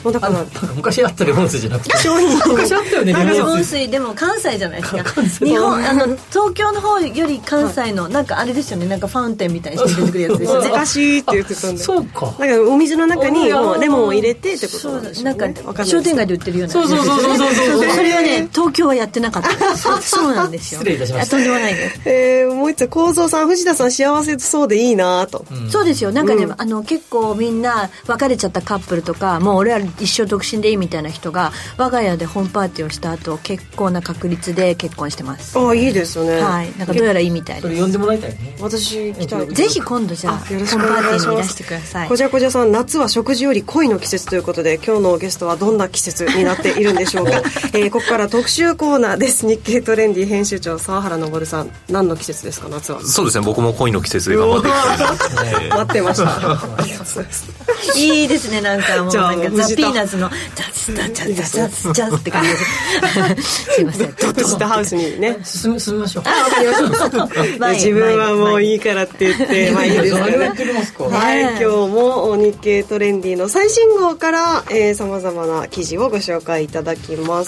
もうだから昔あったレモン水じゃなくて商品昔あったよねレモン水でも関西じゃないですか。日本東京の方より関西のなんかあれですよね、なんかファウンテンみたいにして出てくるやつですよね。 難しいって言ってたんで。 そうか。 なんかお水の中にもうレモンを入れてってことなんでしょうね。 なんか商店街で売ってるような。 そう。 それはね東京はやってなかった。そうなんですよ。 失礼いたしました。 とんでもないです。 もう一つ構造さん、藤田さん幸せそうでいいなと。 そうですよ。なんかね、結構みんな別れちゃったカップルとか、もう俺は一生独身でいいみたいな人が我が家でホームパーティーをした後結構な確率で結婚してます。 ああ、いいですよね。 はい。なんかどうやらいいみたいです。 それ呼んでもらいたいね。 私来たい。 ぜひ今度じゃあホームパーティーにいらしてください。 こじゃこじゃさん、夏は食事より恋の季節ということで、今日のゲストはどんな季節になっているんでしょうか。ここから特集コーナーです。日経トレンディ編集長沢原昇さん、何の季節ですか、夏は。 そうですね、僕も恋の季節で頑張っていきたいな。 待ってました。 いいですね、なんかもうなんかザ・ピーナッツのジャズって感じです。すいません、 ドッとしたハウスにね進みましょう。 わかりました。自分はもういいからって言ってまあいいですよね。はい、今日も日経トレンディの最新号からさまざまな記事をご紹介いただきます。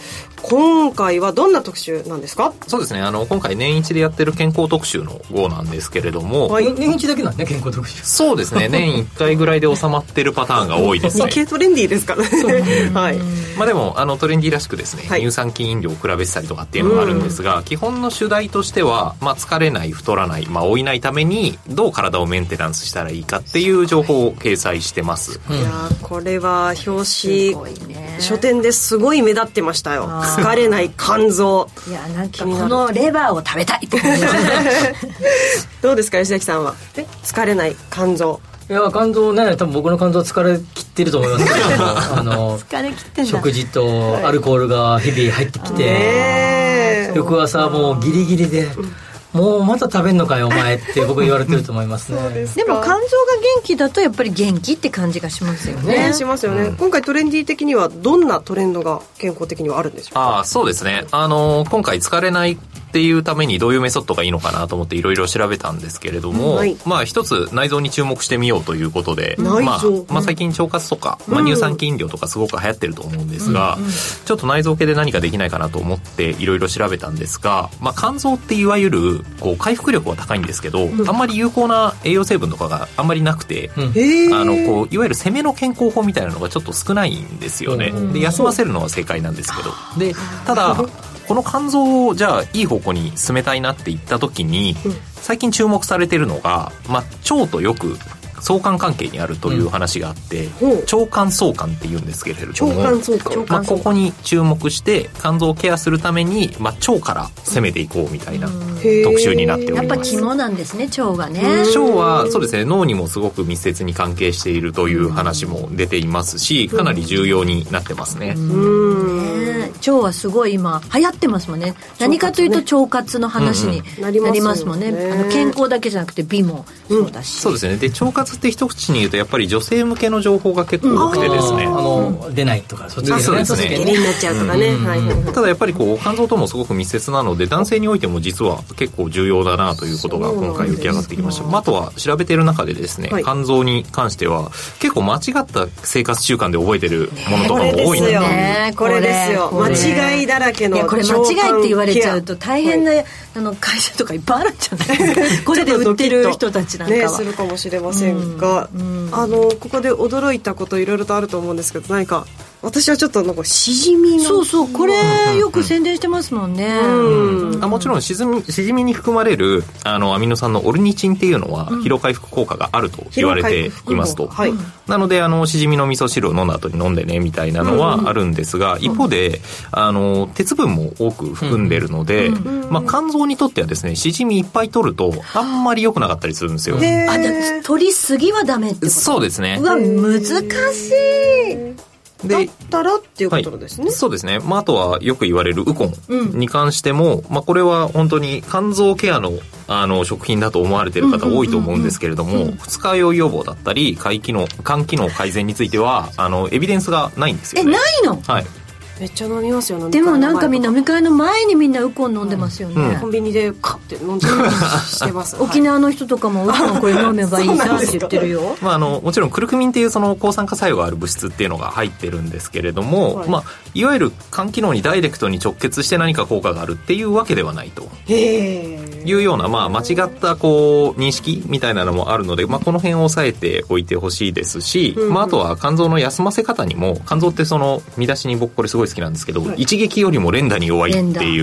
今回はどんな特集なんですか？ そうですね、今回年一でやってる健康特集の号なんですけれども、 はい、年一だけなんね、健康特集。 そうですね、年1回ぐらいで収まってるパターンが多いですね。 日経トレンディですからね。はい。 まあでもトレンディらしくですね、乳酸菌飲料を比べてたりとかっていうのがあるんですが、基本の主題としては、まあ、疲れない太らない、まあ、老いないためにどう体をメンテナンスしたらいいかっていう情報を掲載してます。 いやこれは表紙、書店ですごい目立ってましたよ。疲れない肝臓。 いやなんかこのレバーを食べたいって感じどうですか吉崎さんは。疲れない肝臓。 いや肝臓ね、多分僕の肝臓疲れ切ってると思いますけど疲れ切ってんだ。 食事とアルコールが日々入ってきて、翌朝もうギリギリで、もうまた食べんのかよお前って僕言われてると思いますね。 でも肝臓が元気だとやっぱり元気って感じがしますよね。 しますよね。今回トレンディ的にはどんなトレンドが健康的にはあるんでしょうか？ そうですね、今回疲れないっていうためにどういうメソッドがいいのかなと思っていろいろ調べたんですけれども、まあ一つ内臓に注目してみようということで、まあ最近腸活とか、まあ、乳酸菌飲料とかすごく流行ってると思うんですが、ちょっと内臓系で何かできないかなと思っていろいろ調べたんですが、まあ肝臓っていわゆるこう回復力は高いんですけど、あんまり有効な栄養成分とかがあんまりなくて、こういわゆる攻めの健康法みたいなのがちょっと少ないんですよね。で休ませるのは正解なんですけど、でただこの肝臓をじゃあいい方向に進めたいなって言った時に、最近注目されてるのが、まあ、腸とよく相関関係にあるという話があって、腸肝相関っていうんですけれども、まあ、ここに注目して肝臓をケアするために、まあ、腸から攻めていこうみたいな特集になっております。 やっぱ肝なんですね、腸がね。 腸はそうですね、脳にもすごく密接に関係しているという話も出ていますし、かなり重要になってますね。 腸はすごい今流行ってますもんね。何かというと腸活の話になりますもんね。健康だけじゃなくて美もそうだし、 そうですね。で腸活って一口に言うとやっぱり女性向けの情報が結構多くてですね、 出ないとかそうですね、 下痢になっちゃうとかね、 ただやっぱりこう肝臓ともすごく密接なので、男性においても実は結構重要だなということが今回浮き上がってきました。あとは調べている中でですね、肝臓に関しては結構間違った生活習慣で覚えてるものとかも多いので、 これですよ、間違いだらけの。 いやこれ間違いって言われちゃうと大変な会社とかいっぱいあるんじゃないですかこれで売ってる人たちなんかはねするかもしれませんが、ここで驚いたこといろいろとあると思うんですけど、何か私はちょっとなんかしじみのこれよく宣伝してますもんね。 もちろんしじみに含まれるアミノ酸のオルニチンっていうのは疲労回復効果があると言われていますと、なのでしじみの味噌汁を飲んだ後に飲んでねみたいなのはあるんですが、一方で鉄分も多く含んでるので、まあ、肝臓にとってはですね、しじみいっぱい取るとあんまり良くなかったりするんですよ。 取りすぎはダメってこと？ そうですね。 うわ難しい。 だったらっていうことですね。 そうですね。まあ、あとはよく言われるウコンに関しても、まあ、これは本当に肝臓ケアの食品だと思われている方多いと思うんですけれども、二日酔い予防だったり肝機能改善についてはエビデンスがないんですよね。 ないの？ はい。 めっちゃ飲みますよ。 でもなんか飲み会の前にみんなウコン飲んでますよね、 コンビニでカッて飲んでしてます沖縄の人とかもウコンこれ飲めばいいさって言ってるよもちろんクルクミンっていうその抗酸化作用がある物質っていうのが入ってるんですけれども、いわゆる肝機能にダイレクトに直結して何か効果があるっていうわけではないというような、間違った認識みたいなのもあるので、この辺を押さえておいてほしいですし、あとは肝臓の休ませ方にも、肝臓ってその見出しに僕これすごい好きなんですけど、一撃よりも連打に弱いっていう。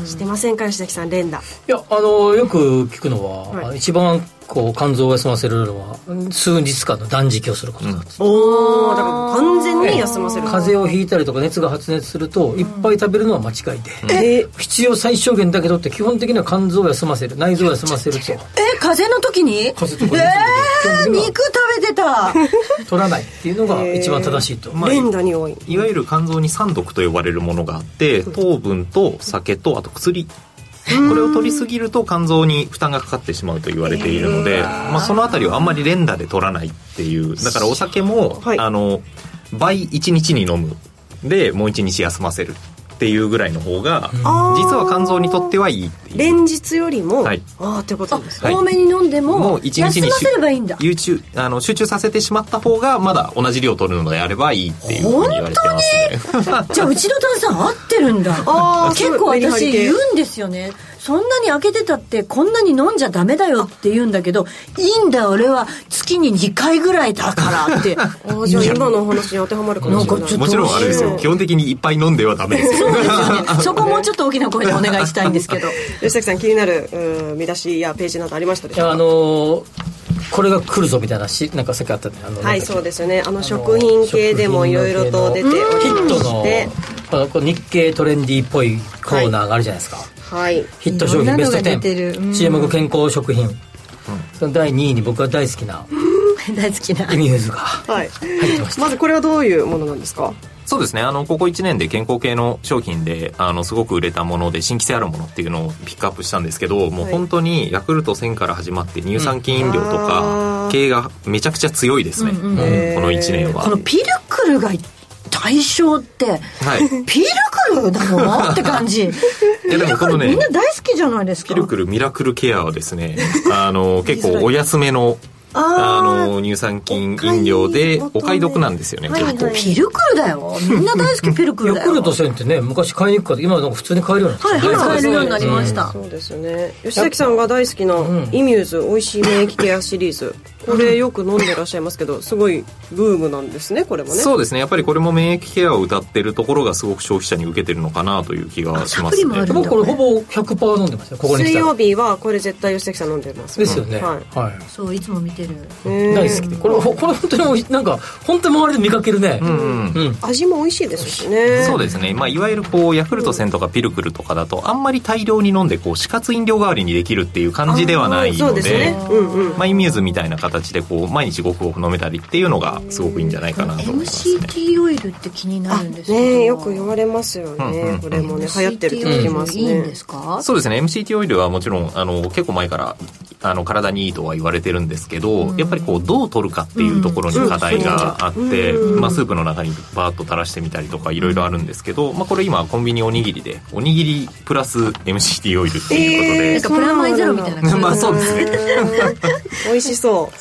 してませんか吉崎さん、連打。 いやよく聞くのは、一番肝臓を休ませるのは数日間の断食をすることだ、 だから完全に休ませる。 風邪をひいたりとか熱が発熱すると、いっぱい食べるのは間違いで、必要最小限だけどって基本的には肝臓を休ませる、内臓を休ませると。 風邪の時に肉食べてた取らないっていうのが一番正しいと。 連打に多い。 いわゆる肝臓に三毒と呼ばれるものがあって、糖分と酒とあと薬、これを取りすぎると肝臓に負担がかかってしまうと言われているので、そのあたりはあんまり連打で取らないっていう。だからお酒も、倍1日に飲むでもう1日休ませるっていうぐらいの方が実は肝臓にとってはいいっていう。 連日よりも、ってことですね。 多めに飲んでも休ませればいいんだ。 集中させてしまった方がまだ同じ量取るのであればいいっていうふうに言われてますね。 じゃあうちの旦さん合ってるんだ。結構私言うんですよね。そんなに開けてたってこんなに飲んじゃダメだよって言うんだけど、いいんだ俺は月に2回ぐらいだからってじゃあ今のお話に当てはまるかもしれない。 もちろんあれですよ、基本的にいっぱい飲んではダメですよ。 そうですよね。そこもうちょっと大きな声でお願いしたいんですけど吉崎さん、気になる見出しやページなどありましたでしょうか。 これが来るぞみたいななんかさっきあったね。 はいそうですよね。食品系でもいろいろと出ておりまして、 日経トレンディっぽいコーナーがあるじゃないですか。ヒット商品ベスト10、注目健康食品、その第2位に僕が大好きなエミューズが入ってました。 まずこれはどういうものなんですか。 そうですね、ここ1年で健康系の商品ですごく売れたもので新規性あるものっていうのをピックアップしたんですけど、もう本当にヤクルト1000から始まって乳酸菌飲料とか系がめちゃくちゃ強いですね、この1年は。 このピルクルが対象って、ピルクルなのって感じ。いやでもこのね、みんな大好きじゃないですか。 ピルクルミラクルケアはですね、結構お安めの乳酸菌飲料でお買い得なんですよね。 ピルクルだよ。みんな大好きピルクルだよ。 ヤクルト1000ってね、昔買いにくかった。今なんか普通に買えるようになって、 買えるようになりました。 そうですよね。吉崎さんが大好きなイミューズおいしい免疫ケアシリーズ、これよく飲んでらっしゃいますけど、すごいブームなんですね、これもね。 そうですね、やっぱりこれも免疫ケアを謳ってるところがすごく消費者に受けてるのかなという気がしますね。 僕これほぼ 100% 飲んでますよ。ここに来たら水曜日はこれ絶対吉崎さん飲んでますですよね。 そういつも見てる。 大好きで、これ本当になんか本当に周りで見かけるね。 味も美味しいですしね。 そうですね、いわゆるヤクルト1000とかピルクルとかだとあんまり大量に飲んで死活飲料代わりにできるっていう感じではないので、イミューズみたいな形で毎日ごくごく飲めたりっていうのがすごくいいんじゃないかなと思いますね。 MCT オイルって気になるんですけどね、よく言われますよね。これもね流行ってるって聞きますね。 いいんですか。 そうですね、 MCT オイルはもちろん結構前から体にいいとは言われてるんですけど、やっぱりどう取るかっていうところに課題があって、スープの中にバーッと垂らしてみたりとかいろいろあるんですけど、これ今コンビニおにぎりでおにぎりプラス MCT オイルっていうことで、 なんかプラマイゼロみたいな感じ。 そうですね。 美味しそう。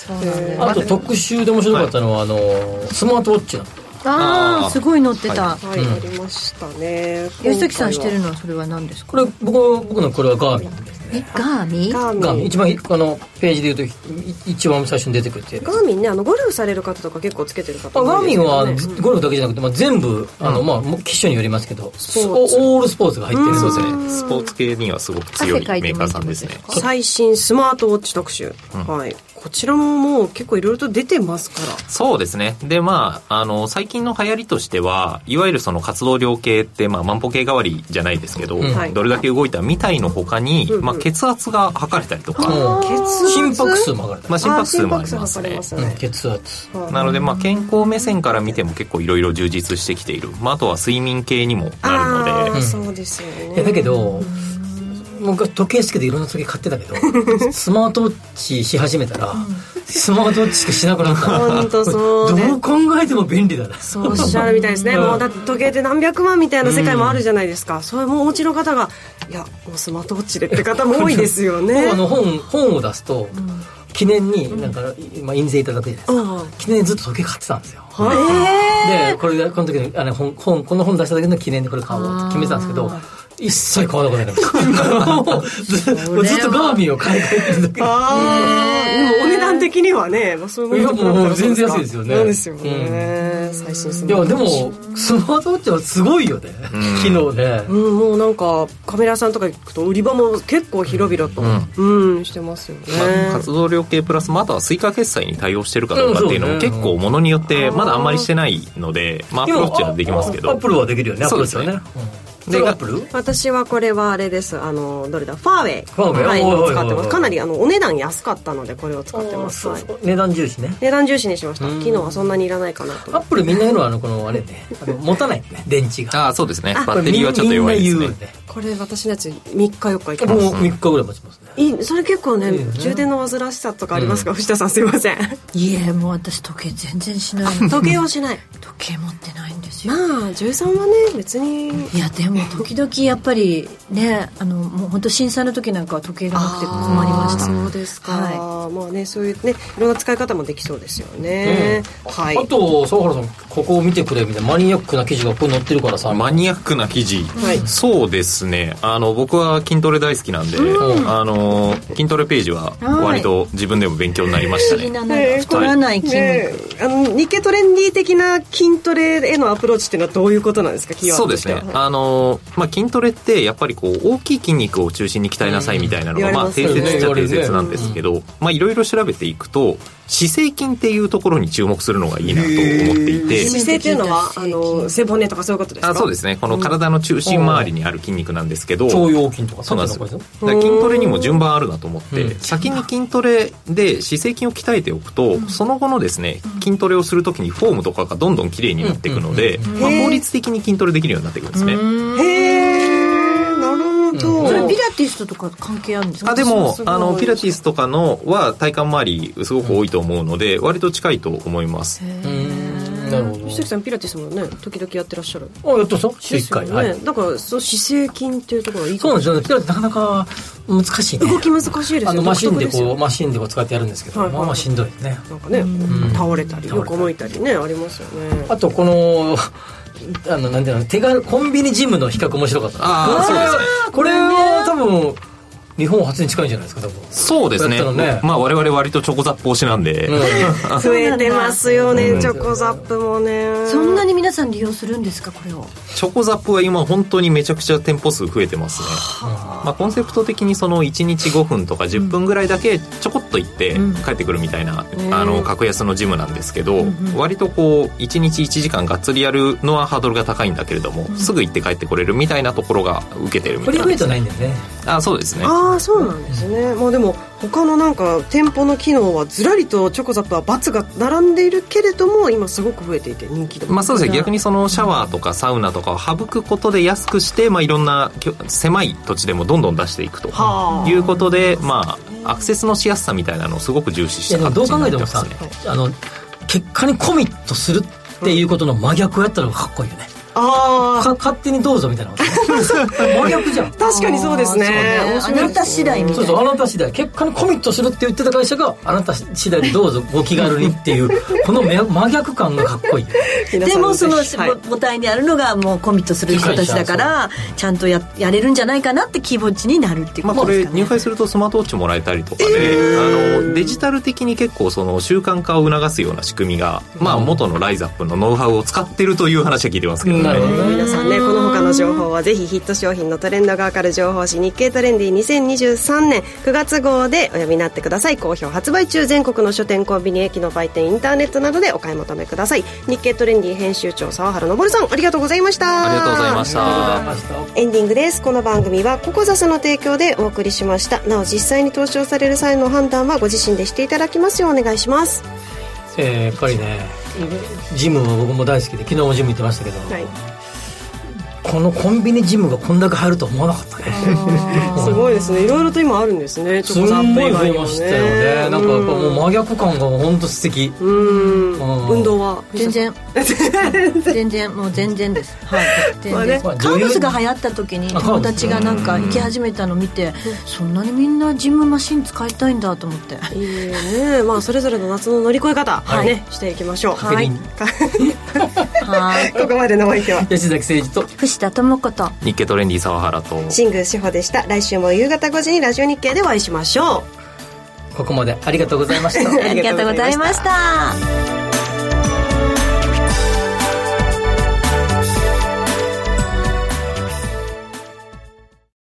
あと特集で面白かったのはスマートウォッチなの。すごい載ってた。 ありましたね。 吉崎さんしてるのはそれは何ですか。 これ僕のこれはガーミンですね。 ガーミン一番ページで言うと一番最初に出てくるっていう。 ガーミンね、ゴルフされる方とか結構つけてる方ガーミンはゴルフだけじゃなくて、全部機種によりますけど、オールスポーツが入ってる。 そうですね、スポーツ系にはすごく強いメーカーさんですね。 最新スマートウォッチ特集、こちらももう結構いろいろと出てますから。 そうですね。で最近の流行りとしてはいわゆるその活動量計って万歩計代わりじゃないですけど、どれだけ動いたみたいの他に、血圧が測れたりとか、 心拍数も測れたり、 心拍数もありますね。 血圧なので健康目線から見ても結構いろいろ充実してきている。あとは睡眠系にもなるので。 そうですよね。 だけど僕は時計つけていろんな時計買ってたけどスマートウォッチし始めたらスマートウォッチしかしなくなった。 本当そうね。 どう考えても便利だね。 そうおっしゃるみたいですね。もうだって時計って何百万みたいな世界もあるじゃないですか。それもお持ちの方がいやもうスマートウォッチでって方も多いですよね。 本を出すと、記念になんか、印税いただくじゃないですか。記念にずっと時計買ってたんですよ。でこの時にこの本出した時の記念でこれ買おうって決めてたんですけど、一切買わなくなりましたずっとガーミンを買い替えてるだけで。でもお値段的にはね、そういうものもう全然安いですよね。 そうですよね、最新スマート。 いやでもスマートウォッチはすごいよね、機能ね。 もうなんかカメラさんとか行くと売り場も結構広々としてますよね。 活動量計プラスあとはスイカ決済に対応してるかどうかっていうのも結構ものによってまだあんまりしてないので、アプローチはできますけど、 アップルはできるよね。 そうですよね。 でアップル？ 私はこれはあれです。どれだ、ファーウェイ、はい、使ってます。かなりお値段安かったのでこれを使ってます。はい、 値段重視ね。 値段重視にしました。機能はそんなにいらないかなと。 アップルみんな言うのはこのあれね、持たないね、電池が。 そうですね。バッテリーはちょっと弱いですね。 これ私のやつ3日4日いけます。 もう3日ぐらい持ちますね。 それ結構ね、充電の煩わしさとかありますか、藤田さん。すいません。 いえ、もう私時計全然しない。 時計はしない。 時計持ってないんですよ。 13はね別に。 いやでも時々やっぱりね、もう本当震災の時なんかは時計がなくて困りました。 そうですか。まあね、そういうね、いろんな使い方もできそうですよね。はい。 あと沢原さん、ここを見てくれみたいなマニアックな記事がここに載ってるからさ。 マニアックな記事、そうですね。僕は筋トレ大好きなんで、筋トレページは割と自分でも勉強になりましたね。 太らない筋肉。 日経トレンディ的な筋トレへのアプローチっていうのはどういうことなんですか？ そうですね。筋トレってやっぱり大きい筋肉を中心に鍛えなさいみたいなのが定説っちゃ定説なんですけど、いろいろ調べていくと姿勢筋っていうところに注目するのがいいなと思っていて。 姿勢っていうのは背骨とかそういうことですか？ そうですね。この体の中心周りにある筋肉なんですけど、 腸腰筋とかそうなんですよ。筋トレにも順番あるなと思って、先に筋トレで姿勢筋を鍛えておくと、その後のですね筋トレをするときにフォームとかがどんどん綺麗になっていくので、効率的に筋トレできるようになっていくんですね。 なるほど。 それピラティスとか関係あるんですか？ でもピラティスとかのは体幹周りすごく多いと思うので、割と近いと思います。 なるほど。 石崎さんピラティスもね時々やってらっしゃる。 やってますよ、週1回。はい。 だから姿勢筋っていうところがいい。 そうなんですよね。ピラティスなかなか難しいね。 動き難しいですよね。 マシンで使ってやるんですけど、まあしんどいね。 なんかね、倒れたり横向いたりねありますよね。 あとこのなんていうの、手軽コンビニジムの比較面白かった。 そうですね。 これは多分日本初に近いんじゃないですか。多分そうですね。我々割とチョコザップ推しなんで、 増えてますよね、チョコザップもね。 そんなに皆さん利用するんですか、これを？ チョコザップは今本当にめちゃくちゃ店舗数増えてますね。コンセプト的にその1日5分とか10分ぐらいだけちょこっと行って帰ってくるみたいな、格安のジムなんですけど、割と1日1時間がっつりやるのはハードルが高いんだけれども、すぐ行って帰ってこれるみたいなところが受けてるみたいな。 フリーウェイトないんだよね。 そうですね。 そうなんですね。でも他のなんか店舗の機能はずらりとチョコザップは×が並んでいるけれども、今すごく増えていて人気で。 そうですね。逆にそのシャワーとかサウナとかを省くことで安くして、いろんな狭い土地でもどんどん出していくということで、アクセスのしやすさみたいなのをすごく重視した形になってますね。 どう考えてもさ、結果にコミットするっていうことの真逆をやったのがかっこいいよね。勝手にどうぞみたいな真逆じゃん。 確かにそうですね。 あなた次第みたいな。 そう、あなた次第。結果にコミットするって言ってた会社があなた次第でどうぞご気軽にっていうこの真逆感がかっこいい。 でもその母体にあるのがもうコミットする人たちだから、ちゃんとやれるんじゃないかなって気持ちになるっていうことですかね。 これ入会するとスマートウォッチもらえたりとかで、デジタル的に結構その習慣化を促すような仕組みが、元のライズアップのノウハウを使ってるという話は聞いてますけどね。 皆さんね、この他の情報はぜひヒット商品のトレンドがわかる情報誌日経トレンディ2023年9月号でお読みになってください。好評発売中。全国の書店、コンビニ、駅の売店、インターネットなどでお買い求めください。日経トレンディ編集長沢原昇さん、ありがとうございました。 ありがとうございました。 エンディングです。この番組はココザスの提供でお送りしました。なお実際に投資をされる際の判断はご自身でしていただきますようお願いします。 やっぱりね、ジムは僕も大好きで昨日もジム行ってましたけど、このコンビニジムがこんだけ入ると思わなかったね。 すごいですね。いろいろと今あるんですね。 チョコザップ以外にもね。すごい増えましたよね。なんかやっぱもう真逆感が本当素敵。 運動は全然もう全然です。はい。全然。カーブスが流行った時に友達がなんか行き始めたの見て、そんなにみんなジムマシン使いたいんだと思って。 いいね。まあそれぞれの夏の乗り越え方ねしていきましょう。はい。ここまでのお相手は吉崎誠二と藤田智子と日経トレンディ沢原と新宮志保でした。来週も夕方5時にラジオ日経でお会いしましょう。 ここまでありがとうございました。 ありがとうございました。